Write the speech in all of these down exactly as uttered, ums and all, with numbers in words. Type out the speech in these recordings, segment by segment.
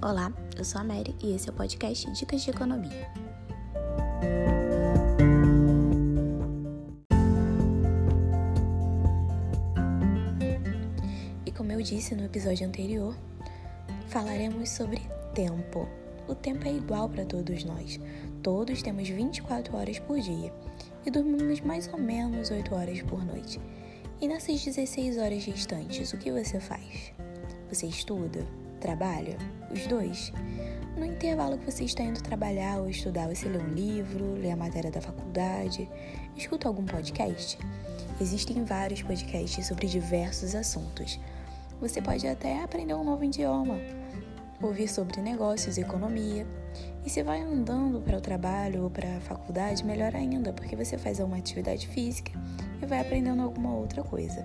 Olá, eu sou a Mary e esse é o podcast Dicas de Economia. E como eu disse no episódio anterior, falaremos sobre tempo. O tempo é igual para todos nós. Todos temos vinte e quatro horas por dia e dormimos mais ou menos oito horas por noite. E nessas dezesseis horas restantes, o que você faz? Você estuda? Trabalha? Os dois? No intervalo que você está indo trabalhar ou estudar, você lê um livro, lê a matéria da faculdade, escuta algum podcast? Existem vários podcasts sobre diversos assuntos. Você pode até aprender um novo idioma, ouvir sobre negócios e economia. E se vai andando para o trabalho ou para a faculdade, melhor ainda, porque você faz uma atividade física e vai aprendendo alguma outra coisa.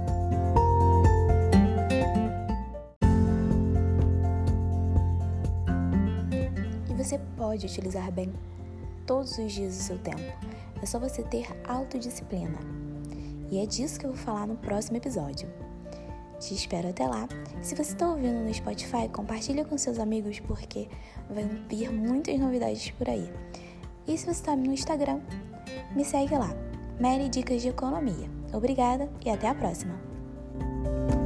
Você pode utilizar bem todos os dias o seu tempo. É só você ter autodisciplina. E é disso que eu vou falar no próximo episódio. Te espero até lá. Se você está ouvindo no Spotify, compartilha com seus amigos porque vai vir muitas novidades por aí. E se você está no Instagram, me segue lá. Mary Dicas de Economia. Obrigada e até a próxima.